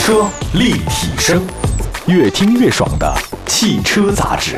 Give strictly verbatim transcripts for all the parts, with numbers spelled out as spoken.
车立体声，越听越爽的汽车杂志。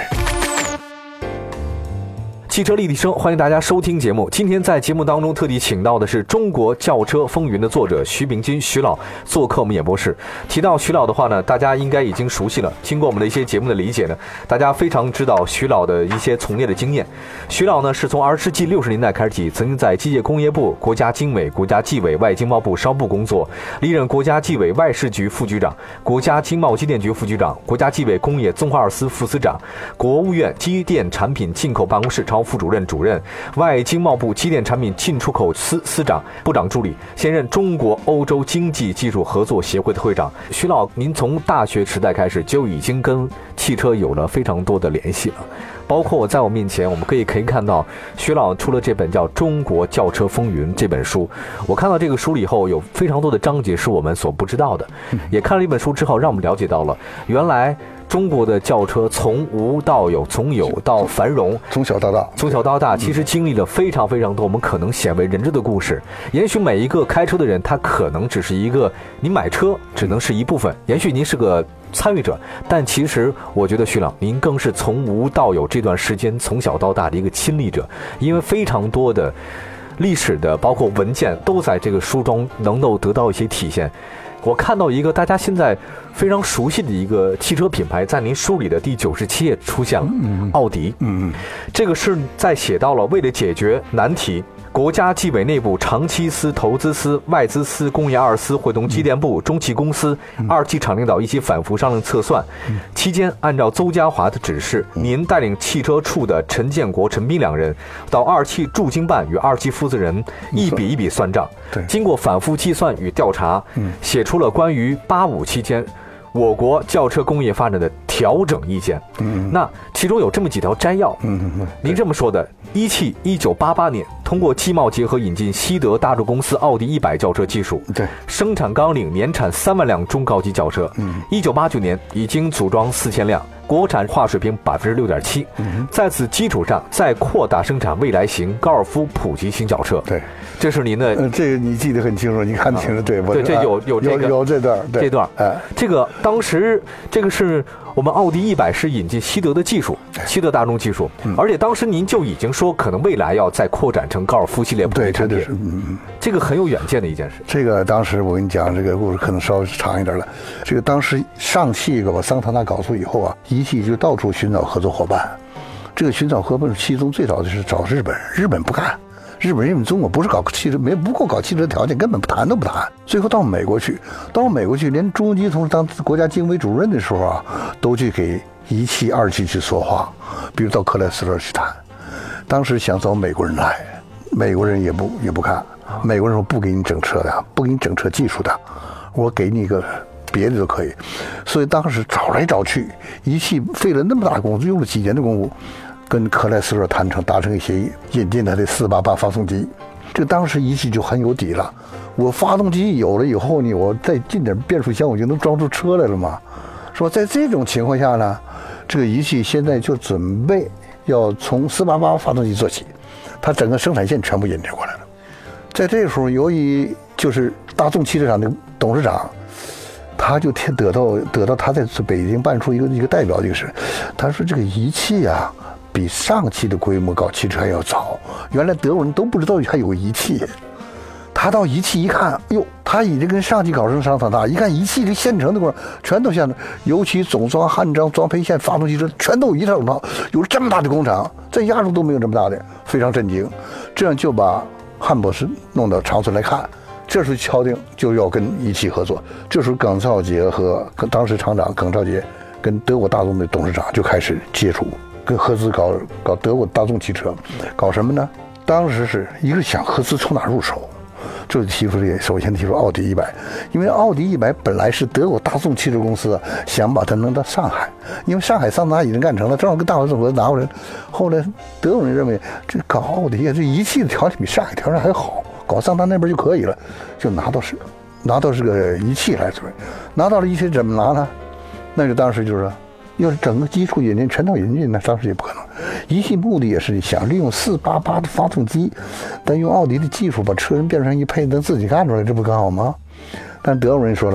汽车立体声，欢迎大家收听节目。今天在节目当中特地请到的是中国轿车风云的作者徐秉金徐老做客我们演播室。提到徐老的话呢，大家应该已经熟悉了，经过我们的一些节目的理解呢，大家非常知道徐老的一些从业的经验。徐老呢是从二十世纪六十年代开始起，曾经在机械工业部、国家经委、国家纪委、外经贸部商部工作，历任国家纪委外事局副局长、国家经贸机电局副局长、国家纪委工业综合二司副司长、国务院机电产品进口办公室常务副主任、主任，外经贸部机电产品进出口司司长、部长助理，现任中国欧洲经济技术合作协会的会长。徐老，您从大学时代开始就已经跟汽车有了非常多的联系了，包括我在我面前，我们可以可以看到徐老出了这本叫《中国轿车风云》这本书。我看到这个书以后，有非常多的章节是我们所不知道的，也看了一本书之后，让我们了解到了原来中国的轿车从无到有，从有到繁荣， 从小到大， 从小到大，其实经历了非常非常多我们可能鲜为人知的故事。也许每一个开车的人，他可能只是一个，你买车只能是一部分，也许您是个参与者，但其实我觉得徐老您更是从无到有这段时间从小到大的一个亲历者，因为非常多的历史的包括文件都在这个书中能够得到一些体现。我看到一个大家现在非常熟悉的一个汽车品牌，在您书里的第九十七页出现了，嗯、奥迪。嗯，这个是在写到了为了解决难题，国家纪委内部长期司、投资司、外资司、工业二司会同机电部、中汽公司、二汽厂领导一起反复商量测算。期间，按照邹家华的指示，您带领汽车处的陈建国、陈斌两人到二汽驻京办与二汽负责人一笔一笔算账。对，经过反复计算与调查，写出了关于八五期间我国轿车工业发展的调整意见。嗯，那其中有这么几条摘要。嗯嗯，您这么说的：一汽一九八八年通过机贸结合引进西德大众公司奥迪一百轿车技术，对，生产纲领年产三万辆中高级轿车。嗯，一九八九年已经组装四千辆。国产化水平百分之六点七，在此基础上再扩大生产未来型、高尔夫普及型轿车。对，这是您的， 呃、这个你记得很清楚，你看清楚。啊、对， 对，这有有这个有有这段， 这段，哎，这个当时这个是我们奥迪一百是引进西德的技术，西德大众技术，嗯、而且当时您就已经说，可能未来要再扩展成高尔夫系列普及产品。对，这是，嗯，这个很有远见的一件事。 这个当时我跟你讲，这个故事可能稍微长一点了。这个当时上汽把桑塔纳搞出以后啊。一汽就到处寻找合作伙伴，这个寻找合作其中最早的是找日本，日本不干，日本认为中国不是搞汽车，没不够搞汽车条件，根本不谈都不谈。最后到美国去，到美国去，连朱镕基同当国家经委主任的时候啊，都去给一汽、二汽去说话，比如到克莱斯勒去谈。当时想找美国人来，美国人也不也不看，美国人说不给你整车的，不给你整车技术的，我给你一个。别的都可以，所以当时找来找去，一汽费了那么大功夫，用了几年的功夫，跟克莱斯勒谈成达成一协议，引进他的四八八发动机。这个当时一汽就很有底了，我发动机有了以后呢，我再进点变速箱，我就能装出车来了嘛。说在这种情况下呢，这个一汽现在就准备要从四八八发动机做起，它整个生产线全部引进过来了。在这个时候，由于就是大众汽车厂的董事长。他就得到得到他在北京办出一个一个代表，就是他说这个一汽啊，比上汽的规模搞汽车还要早。原来德国人都不知道还有一汽，他到一汽一看，哟，他已经跟上汽搞成商场大，一看一汽这现成的工全都像，尤其总装、焊装、装配线、发动机车全都有一套套，有这么大的工厂，在亚洲都没有这么大的，非常震惊。这样就把汉博士弄到长春来看。这时候敲定就要跟一汽合作，这时候耿兆杰和当时厂长耿兆杰跟德国大众的董事长就开始接触，跟合资搞搞德国大众汽车，搞什么呢？当时是一个想合资从哪入手，就提出这个，首先提出奥迪一百，因为奥迪一百本来是德国大众汽车公司想把它弄到上海，因为上海桑塔纳已经干成了，正好跟大华总合拿过来。后来德国人认为这搞奥迪啊，这一汽的条件比上海条件还好。搞桑塔那边就可以了，就拿到是拿到这个一汽来做，拿到了一汽怎么拿呢？那就当时就是说，要是整个基础引进全套引进，那当时也不可能。一汽目的也是想利用四八八的发动机，但用奥迪的技术把车身变成一配，能自己干出来，这不更好吗？但德国人说了，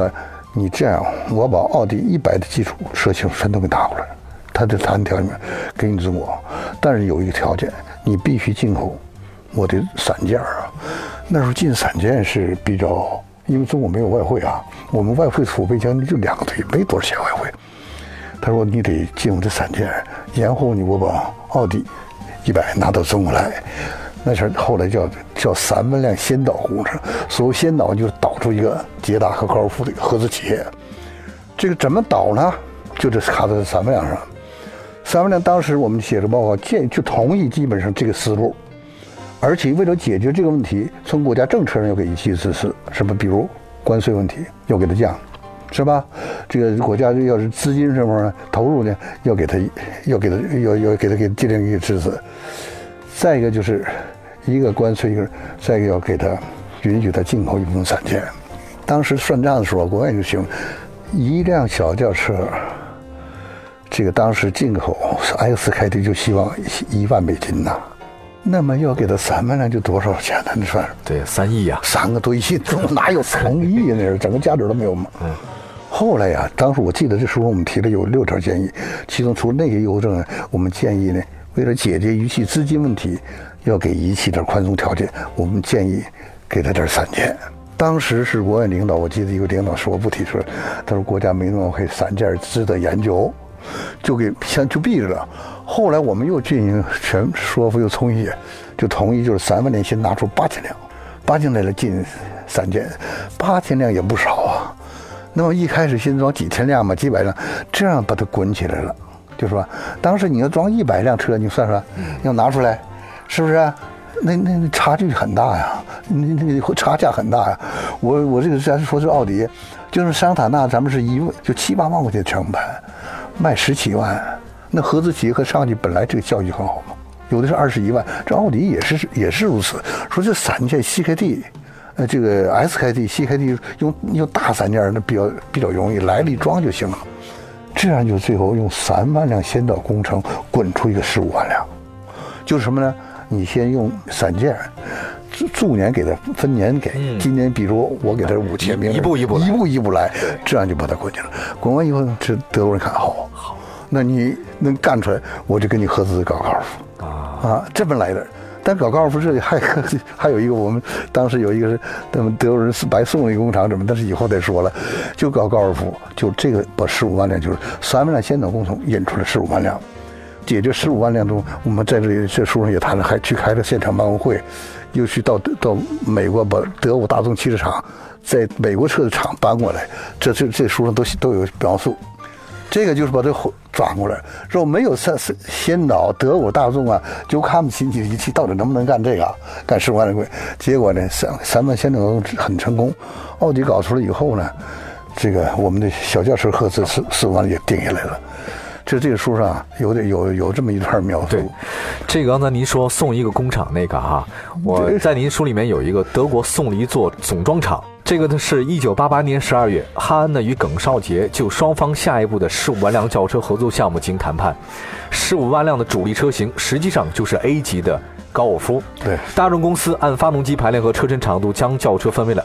你这样，我把奥迪一百的基础车型全都给拿过来，他的谈条件给你中国，但是有一个条件，你必须进口我的散件啊。那时候进散件是比较，因为中国没有外汇啊，我们外汇储备将近就两个多亿，没多少钱外汇。他说你得进我的散件，然后你我把奥迪一百拿到中国来。那是后来叫叫三万辆先导工程，所谓先导就是导出一个捷达和高尔夫的一个合资企业。这个怎么导呢？就这卡在三万辆上。三万辆当时我们写的报告建就同意基本上这个思路，而且为了解决这个问题，从国家政策上要给一些支持，什么比如关税问题要给它降，是吧？这个国家要是资金什么投入呢，要给它要给它要要给它给尽量给支持。再一个就是一个关税，一个再一个要给它允许它进口一部分散件。当时算账的时候，国外就行，一辆小轿车，这个当时进口 X 开的就希望一万美金呐，那么要给他三万辆就多少钱呢？你算对，三亿呀、啊， 三个多亿，哪有三亿呀？那是整个价值都没有嘛。嗯。后来呀、啊，当时我记得这时候我们提了有六条建议，其中除了那些邮政，我们建议呢，为了解决仪器资金问题，要给仪器点宽松条件，我们建议给他点散件。当时是国外领导，我记得一个领导说我不提出来，他说国家没那么会散件值得研究，就给先就闭着了。后来我们又进行全说服又同意，就同意就是三万辆先拿出八千辆，八千辆来进散件，八千辆也不少啊。那么一开始先装几千辆嘛，几百辆，这样把它滚起来了。就说当时你要装一百辆车，你算算要拿出来，是不是、啊？那那那差距很大呀，那那差价很大呀。我我这个咱说是奥迪，就是桑塔纳，咱们是一就七八万块钱成本，卖十七万。那合资企业和上去本来这个效益很好嘛，有的是二十一万，这奥迪也是也是如此。说这散件 C K D， 呃，这个 S K D、C K D 用用大散件那比较比较容易，来了一装就行了。这样就最后用三万辆先导工程滚出一个十五万辆，就是什么呢？你先用散件，逐年给它分年给，嗯、今年比如我给它五千名， 一步一步一步一步来，这样就把它滚进了。滚完以后，这德国人看好，好，那你能干出来，我就跟你合资搞高尔夫啊啊，这么来的。但搞高尔夫这里还还有一个，我们当时有一个是他们德国人是白送了一个工厂，怎么？但是以后再说了，就搞高尔夫，就这个把十五万辆，就是三万辆先导工程引出了十五万辆。解决十五万辆中，我们在这里这书上也谈了，还去开了现场办公会，又去到到美国把德国大众汽车厂在美国车的厂搬过来，这这这书上都都有描述。这个就是把这转过来，说没有先先导德国大众啊，就看不起你仪器到底能不能干这个，干十五万的贵。结果呢，三三万先导很成功，奥迪搞出来以后呢，这个我们的小轿车合资四四五万也定下来了。这这个书上有点有有这么一段描述。 对，这个刚才您说送一个工厂那个哈，我在您书里面有一个德国送了一座总装厂。这个呢是一九八八年十二月，哈恩呢与耿绍杰就双方下一步的十五万辆轿车合作项目进行谈判。十五万辆的主力车型实际上就是 A 级的高尔夫。 对， 大众公司按发动机排量和车身长度将轿车分为了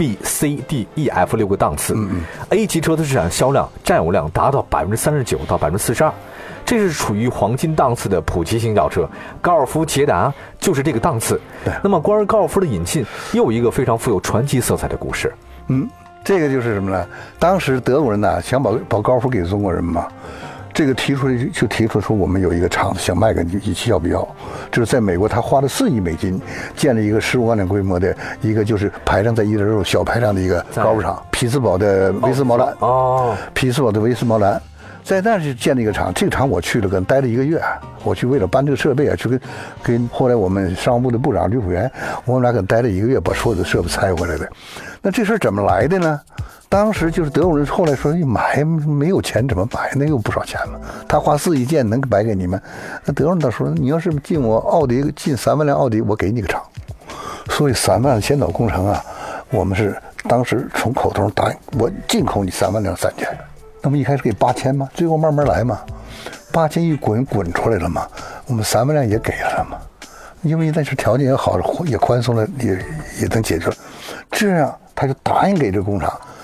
A、B、C、D、E、F 六个档次。嗯嗯 A 级车的市场销量占有量达到百分之三十九到百分之四十二。这是处于黄金档次的普及型轿车，高尔夫、捷达就是这个档次。那么关于高尔夫的引进，又有一个非常富有传奇色彩的故事。 嗯，这个就是什么呢？当时德国人呢想把把高尔夫给中国人嘛，这个提出来就提出说我们有一个厂子想卖给你，仪器要不要？就是在美国，他花了四亿美金建了一个十五万辆规模的一个就是排量在一点六小排量的一个高尔夫厂，匹兹堡的威斯毛兰哦，匹兹堡的威斯毛兰。在那是建了一个厂，这个厂我去了，跟待了一个月。我去为了搬这个设备啊，去跟跟后来我们商务部的部长吕普元，我们俩跟待了一个月，把所有的设备拆回来的。那这事怎么来的呢？当时就是德国人后来说，你买没有钱怎么买？那有不少钱了。他花四亿建能买给你们？那德国人倒说，你要是进我奥迪进三万辆奥迪，我给你个厂。所以三万先导工程啊，我们是当时从口头上答应我进口你三万辆散件。那么一开始给八千嘛，最后慢慢来嘛，八千一滚滚出来了嘛，我们三万辆也给了嘛，因为那时条件也好，也宽松了，也也能解决了，这样他就答应给这个工厂，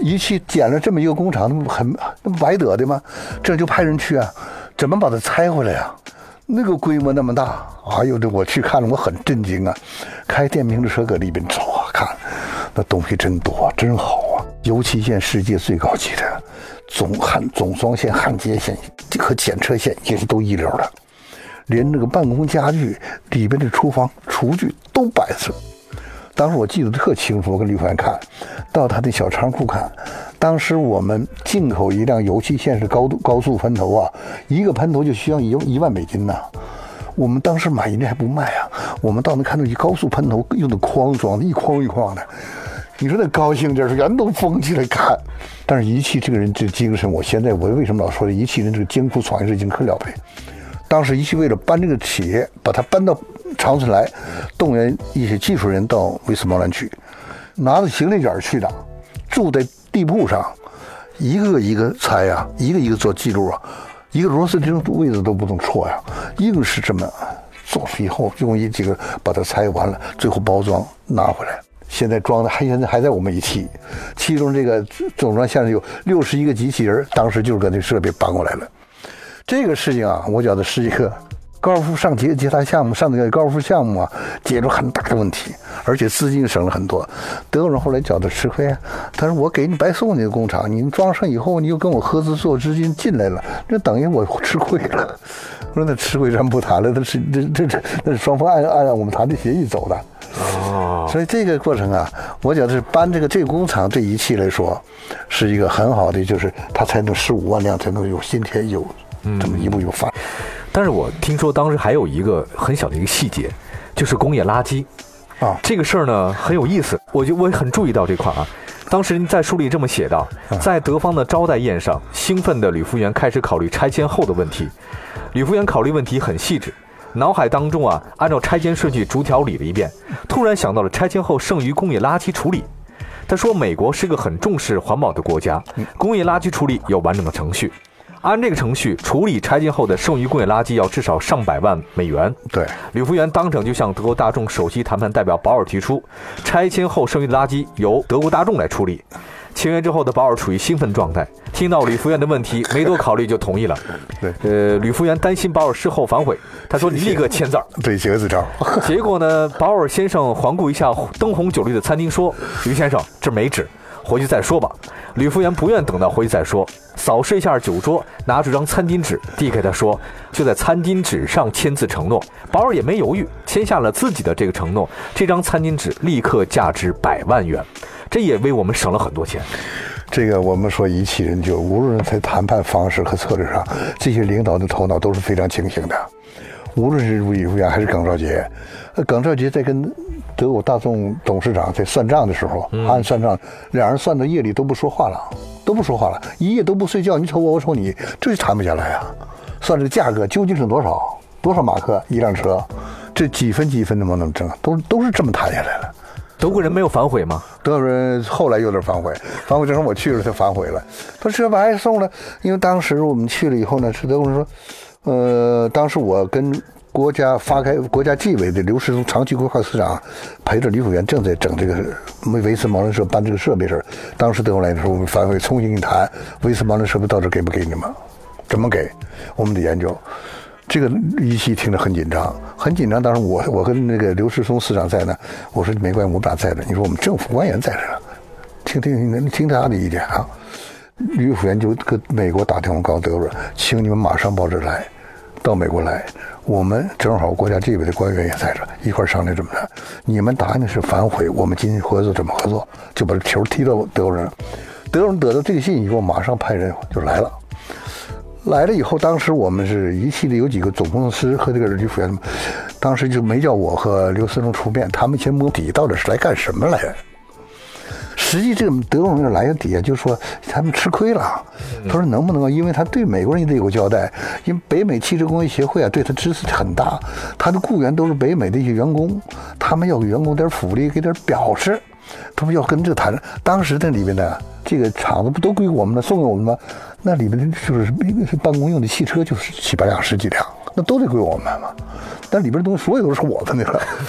仪器建了这么一个工厂，那么很那么白得的吗？这就派人去啊，怎么把它拆回来呀？那个规模那么大，哎呦，这我去看了，我很震惊啊！开电瓶车搁里边走啊，看那东西真多，真好啊！油漆线世界最高级的，总焊总装线、焊接线和检测线也是都一流的，连那个办公家具里边的厨房厨具都摆着。当时我记得特清楚，我跟李凡看到他的小仓库看，当时我们进口一辆油漆线是高高速喷头啊，一个喷头就需要一一万美金呐、啊。我们当时买人家还不卖啊，我们到那看到一高速喷头用的筐装的，一筐一筐的，你说那高兴劲儿，人都疯起来看。但是仪器这个人这精神，我现在我为什么老说这仪器人这个艰苦创业是已经可了不得。当时仪器为了搬这个企业，把它搬到长春来，动员一些技术人到威斯茅兰区，拿着行李卷去的，住在地铺上，一个一个拆呀、啊，一个一个做记录啊，一个螺丝钉位置都不能错呀，硬是这么做出以后，用一几个把它拆完了，最后包装拿回来。现在装的还现在还在我们仪器，其中这个总装线上有六十一个机器人，当时就是搁那设备搬过来了。这个事情啊，我觉得是一个高尔夫上吉吉他项目上这个高尔夫项目啊，解决很大的问题，而且资金省了很多。德国人后来觉得吃亏啊，他说我给你白送你的工厂，你装上以后你又跟我合资做资金进来了，这等于我吃亏了。我说那吃亏咱不谈了，那是这这这那是双方按按我们谈的协议走的。哦，所以这个过程啊，我觉得是搬这个这个工厂这仪器来说，是一个很好的，就是它才能十五万辆才能有今天有这么一步一步发。嗯， 但是我听说当时还有一个很小的一个细节，就是工业垃圾啊，这个事儿呢很有意思，我就我也很注意到这块啊。当时在书里这么写道，在德方的招待宴上，兴奋的吕福元开始考虑拆迁后的问题。吕福元考虑问题很细致，脑海当中啊，按照拆迁顺序逐条理了一遍，突然想到了拆迁后剩余工业垃圾处理。他说，美国是个很重视环保的国家，工业垃圾处理有完整的程序。按这个程序处理拆迁后的剩余工业垃圾要至少上百万美元。 对， 吕福元当场就向德国大众首席谈判代表保尔提出，拆迁后剩余的垃圾由德国大众来处理。签约之后的保尔处于兴奋状态，听到吕福元的问题，没多考虑就同意了。 对， 呃，吕福元担心保尔事后反悔，他说：“你立刻签字儿。” 对，写个字条。 结果呢，保尔先生环顾一下灯红酒绿的餐厅，说：“吕先生，这没纸，回去再说吧。”吕福元不愿等到回去再说，扫视一下酒桌，拿出张餐巾纸递给他说：“就在餐巾纸上签字承诺。”保尔也没犹豫，签下了自己的这个承诺。这张餐巾纸立刻价值百万元，这也为我们省了很多钱。 这个我们说仪器人就无论在谈判方式和策略上，这些领导的头脑都是非常清醒的。无论是吕福元还是耿兆杰，耿兆杰在跟德国大众董事长在算账的时候，嗯、按算账，两人算到夜里都不说话了，都不说话了，一夜都不睡觉，你瞅我，我瞅你，这就谈不下来啊。算这个价格究竟是多少，多少马克一辆车，这几分几分能不能挣，都都是这么谈下来了。 德国人没有反悔吗？ 德国人后来有点反悔，反悔正好我去了，他反悔了。他说这玩意送了，因为当时我们去了以后呢，是德国人说，呃，当时我跟国家发开国家纪委的刘世松长期规划司长陪着吕福元正在整这个维斯茅兰社办这个设备事。当时德国来的时候，我们反悔重新一谈，维斯茅兰设备到这给不给你们？怎么给？我们得研究。这个仪器听着很紧张，很紧张。当时我我跟那个刘世松司长在呢，我说没关系，我们俩在这。你说我们政府官员在这，听听听听他的意见啊。吕福元就跟美国打电话告诉德国人，请你们马上到这来，到美国来。我们正好国家纪委的官员也在这，一块商量这么的。你们答应的是反悔，我们今天合作怎么合作？就把这球踢到德国人。德国人得到这个信以后，马上派人就来了。来了以后，当时我们是仪器的有几个总工程师和这个吕福元，当时就没叫我和刘思荣出面，他们先摸底到底是来干什么来。实际这个德国人来底下就说他们吃亏了，他说能不能够，因为他对美国人也得有个交代，因为北美汽车工业协会啊对他支持很大，他的雇员都是北美的一些员工，他们要给员工点福利，给点表示，他们要跟这谈。当时那里面呢，这个厂子不都归我们了，送给我们吗？那里面的就是办公用的汽车就是七八辆、十几辆，那都得归我们嘛。但里边的东西所有都是我的那个。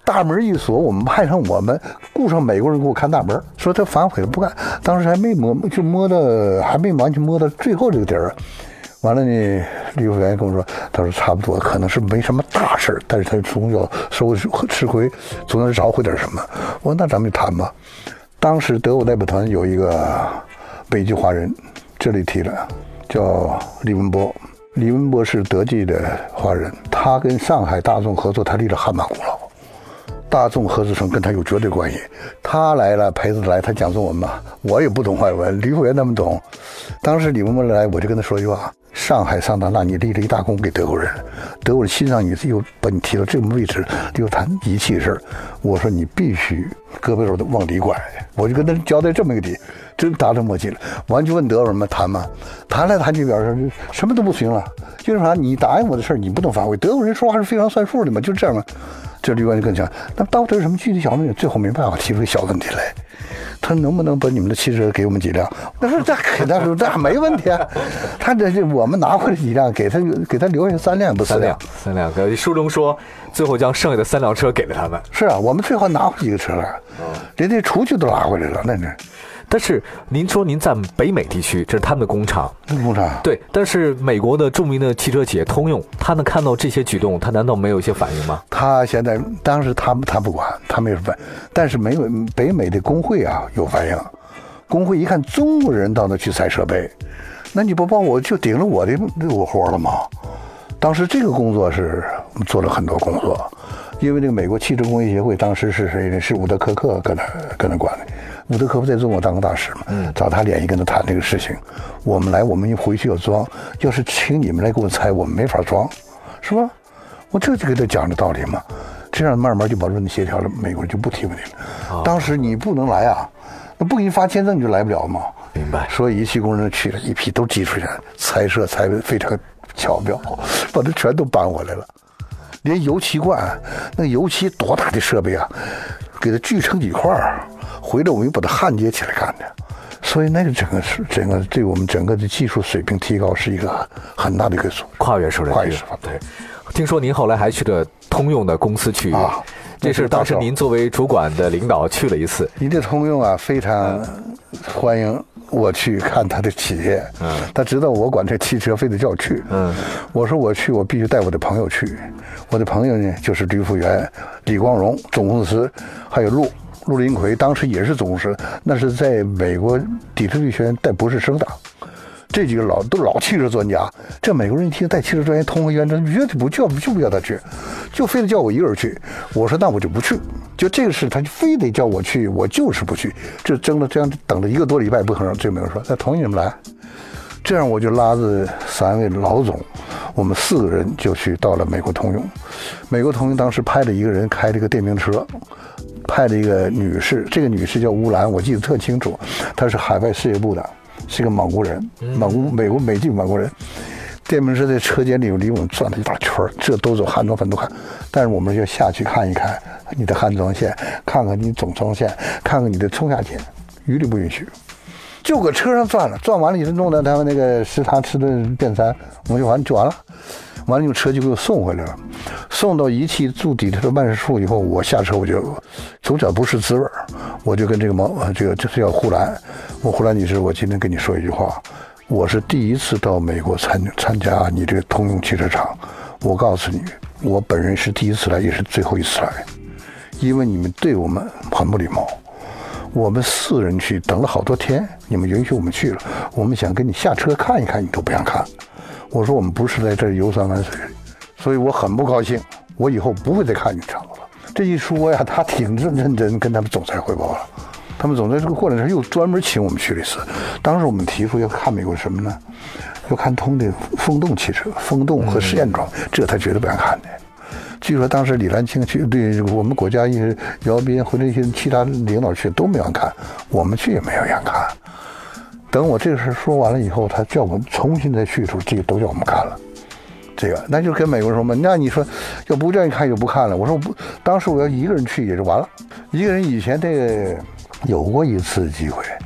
大门一锁，我们派上我们雇上美国人给我看大门，说他反悔了不干。当时还没摸，就摸到还没完全摸到最后这个底儿。完了呢，李副员跟我说，他说差不多，可能是没什么大事，但是他总要受吃亏，总要找回点什么。我说那咱们就谈吧。当时德国代表团有一个北极华人，这里提了，叫李文波。李文波是德籍的华人，他跟上海大众合作，他立了汗马功劳。大众合资城跟他有绝对关系，他来了，陪着来，他讲中文嘛，我也不懂外文，李副员他们懂。当时李文波来，我就跟他说一句话：上海桑塔纳你立了一大功给德国人，德国人欣赏你，又把你提到这个位置，又谈仪器的事儿。我说你必须胳膊肘往里拐，我就跟他交代这么一个底，真达成默契了。完就问德国人们谈嘛，谈来谈去表示什么都不行了，就是啥，你答应我的事儿你不能反悔，德国人说话是非常算数的嘛，就是这样嘛。这李官就更讲，那到底有什么具体小问题？最后没办法提出个小问题来，他能不能把你们的汽车给我们几辆？他说这肯定说这没问题啊，他这这我们拿回来几辆，给他给他留下三辆不四辆？ 三辆。三辆。书中说，最后将剩下的三辆车给了他们。 是啊，我们最后拿回几个车来，连这厨具都拿回来了，那是。 但是您说您在北美地区，这是他们的工厂， 工厂对。但是美国的著名的汽车企业通用，他能看到这些举动，他难道没有一些反应吗？ 他现在当时他他不管，他没有反，但是没有北美的工会啊有反应。工会一看中国人到那去采设备，那你不帮我就顶了我的我活了吗？当时这个工作是做了很多工作，因为这个美国汽车工业协会当时是谁呢？是伍德科克跟他跟他管的。伍德科克在中国当过大使嘛，嗯，找他联系跟他谈这个事情。我们来，我们一回去要装，要是请你们来给我拆，我们没法装，是吧？我这就给他讲这道理嘛。这样慢慢就把问题协调了，美国人就不提问题了。哦、当时你不能来啊，那不给你发签证你就来不了嘛。 明白。 所以仪器工人去了一批都挤出来，裁设裁得非常巧妙，把它全都搬回来了。连油漆罐，那个油漆多大的设备啊，给它锯成几块儿。回来我们又把它焊接起来干的，所以那个整个是整个对我们整个的技术水平提高是一个很大的一个跨越式的跨越式。 对，听说您后来还去了通用的公司去啊，这是当时您作为主管的领导去了一次。 您这通用啊，非常欢迎我去看他的企业，嗯，他知道我管这汽车，非得叫我去，嗯，我说我去，我必须带我的朋友去，我的朋友呢就是吕副员、李光荣总公司，还有陆。陆林奎当时也是总公司，那是在美国底特律学院带博士生的，这几个老都老汽车专家。这美国人一听带汽车专业通过院长，绝对不叫就不叫他去，就非得叫我一个人去。我说那我就不去，就这个事他就非得叫我去，我就是不去。这争了这样等了一个多礼拜不肯让，最美国说那同意你们来。这样我就拉着三位老总，我们四个人就去到了美国通用。美国通用当时派了一个人开了一个电瓶车，派了一个女士，这个女士叫乌兰，我记得特清楚，她是海外事业部的，是个蒙古人，蒙古美国美籍蒙古人。电瓶车在车间里离我们转了一大圈，这都走汉装分都看，但是我们要下去看一看你的汉装线，看看你总装线，看看你的冲下线，允许不允许？就搁车上转了，转完了以后弄到他们那个食堂吃顿便餐，我们就完就完了。完了用车就给我送回来了，送到仪器住底下的办事处以后，我下车我就总觉不是滋味，我就跟这个毛这个这是叫呼兰，我呼兰女士，我今天跟你说一句话，我是第一次到美国参参加你这个通用汽车厂，我告诉你，我本人是第一次来，也是最后一次来，因为你们对我们很不礼貌。我们四人去等了好多天，你们允许我们去了，我们想跟你下车看一看，你都不想看。我说我们不是在这儿游山玩水，所以我很不高兴，我以后不会再看你厂子了。这一说呀，他挺认认真跟他们总裁汇报了，他们总裁这个过来时又专门请我们去了一次。当时我们提出要看美国什么呢？要看通的风洞汽车、风洞和实验装，这他绝对不想看的。据说当时李兰清去，对我们国家一些姚斌和那些其他领导去都没想看，我们去也没有想看。等我这个事说完了以后，他叫我们重新再去的时候，这个都叫我们看了。这个那就跟美国人说嘛，那你说要不愿意看就不看了。我说不，当时我要一个人去也就完了。一个人以前这个有过一次机会，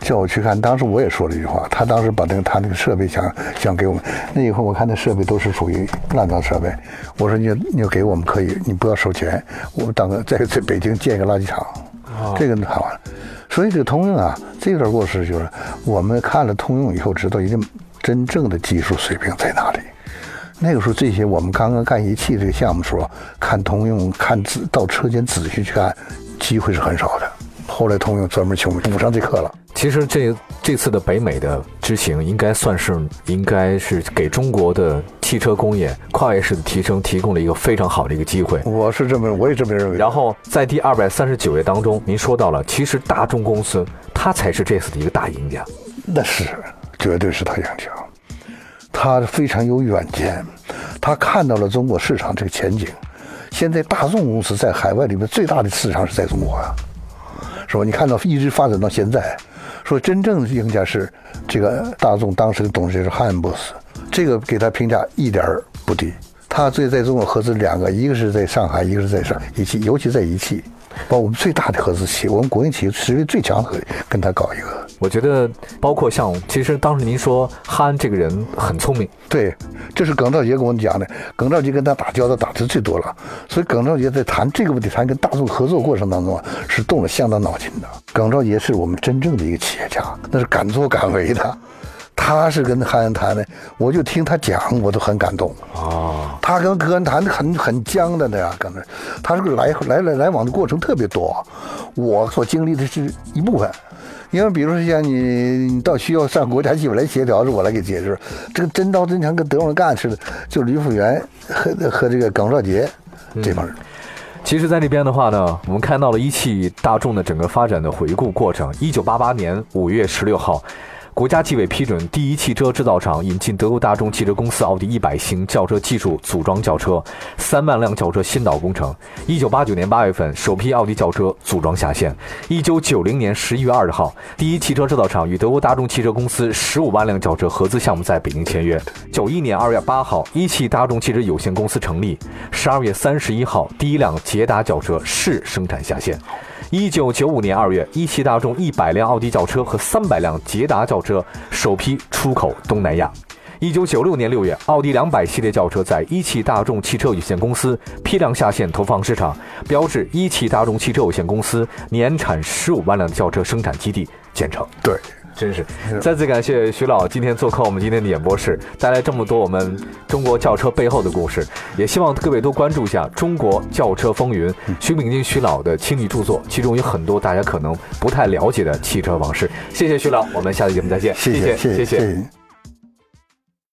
叫我去看。当时我也说了一句话，他当时把那个他那个设备想想给我们，那以后我看那设备都是属于烂脏设备。我说你你要给我们可以，你不要收钱，我们当个在在北京建一个垃圾场，哦、这个好玩。所以这个通用啊，这段故事就是我们看了通用以后，知道一定真正的技术水平在哪里。那个时候，这些我们刚刚干仪器这个项目的时候，看通用，看仔到车间仔细去看，机会是很少的。后来通用专门请我们补上这课了。 其实这这次的北美的之行，应该算是应该是给中国的汽车工业跨越式的提升提供了一个非常好的一个机会。 我是这么，我也这么认为。 然后在第二百三十九页当中，您说到了，其实大众公司它才是这次的一个大赢家。 那是，绝对是他赢家。他非常有远见，他看到了中国市场这个前景。现在大众公司在海外里面最大的市场是在中国啊，是吧？你看到一直发展到现在，说真正的赢家是这个大众当时的董事是汉恩博斯，这个给他评价一点不低。他最在中国合资两个，一个是在上海，一个是在上仪器，尤其在仪器，包括我们最大的合资企业，我们国营企业实力最强的，跟他搞一个。 我觉得包括像，其实当时您说哈恩这个人很聪明， 对，这是耿兆杰跟我们讲的。耿兆杰跟他打交道打的最多了，所以耿兆杰在谈这个问题，谈跟大众合作过程当中啊，是动了相当脑筋的。耿兆杰是我们真正的一个企业家，那是敢作敢为的。他是跟哈恩谈的，我就听他讲，我都很感动哦。他跟科恩谈的很很僵的那样，跟着他这个来来来来往的过程特别多，我所经历的是一部分。因为比如说像你，你到需要上国家纪委来协调，是我来给解释。这个真刀真枪跟德荣干似的，就吕福元和和这个耿兆杰这帮人。嗯， 其实在这边的话呢，我们看到了一汽大众的整个发展的回顾过程。一九八八年五月十六号。国家纪委批准第一汽车制造厂引进德国大众汽车公司奥迪一百型轿车技术组装轿车，三万辆轿车先导工程。一九八九年八月份，首批奥迪轿车组装下线。一九九零年十一月二十号，第一汽车制造厂与德国大众汽车公司十五万辆轿车合资项目在北京签约。九一年二月八号，一汽大众汽车有限公司成立。十二月三十一号，第一辆捷达轿车试生产下线。一九九五年二月，一汽大众一百辆奥迪轿车和三百辆捷达轿车首批出口东南亚。一九九六年六月，奥迪两百系列轿车在一汽大众汽车有限公司批量下线投放市场，标志一汽大众汽车有限公司年产十五万辆的轿车生产基地建成。 对， 真是再次感谢徐老今天做客我们今天的演播室，带来这么多我们中国轿车背后的故事，也希望各位多关注一下《中国轿车风云》徐秉金徐老的亲历著作，其中有很多大家可能不太了解的汽车往事。谢谢徐老，我们下期节目再见。 谢谢，谢谢，谢谢。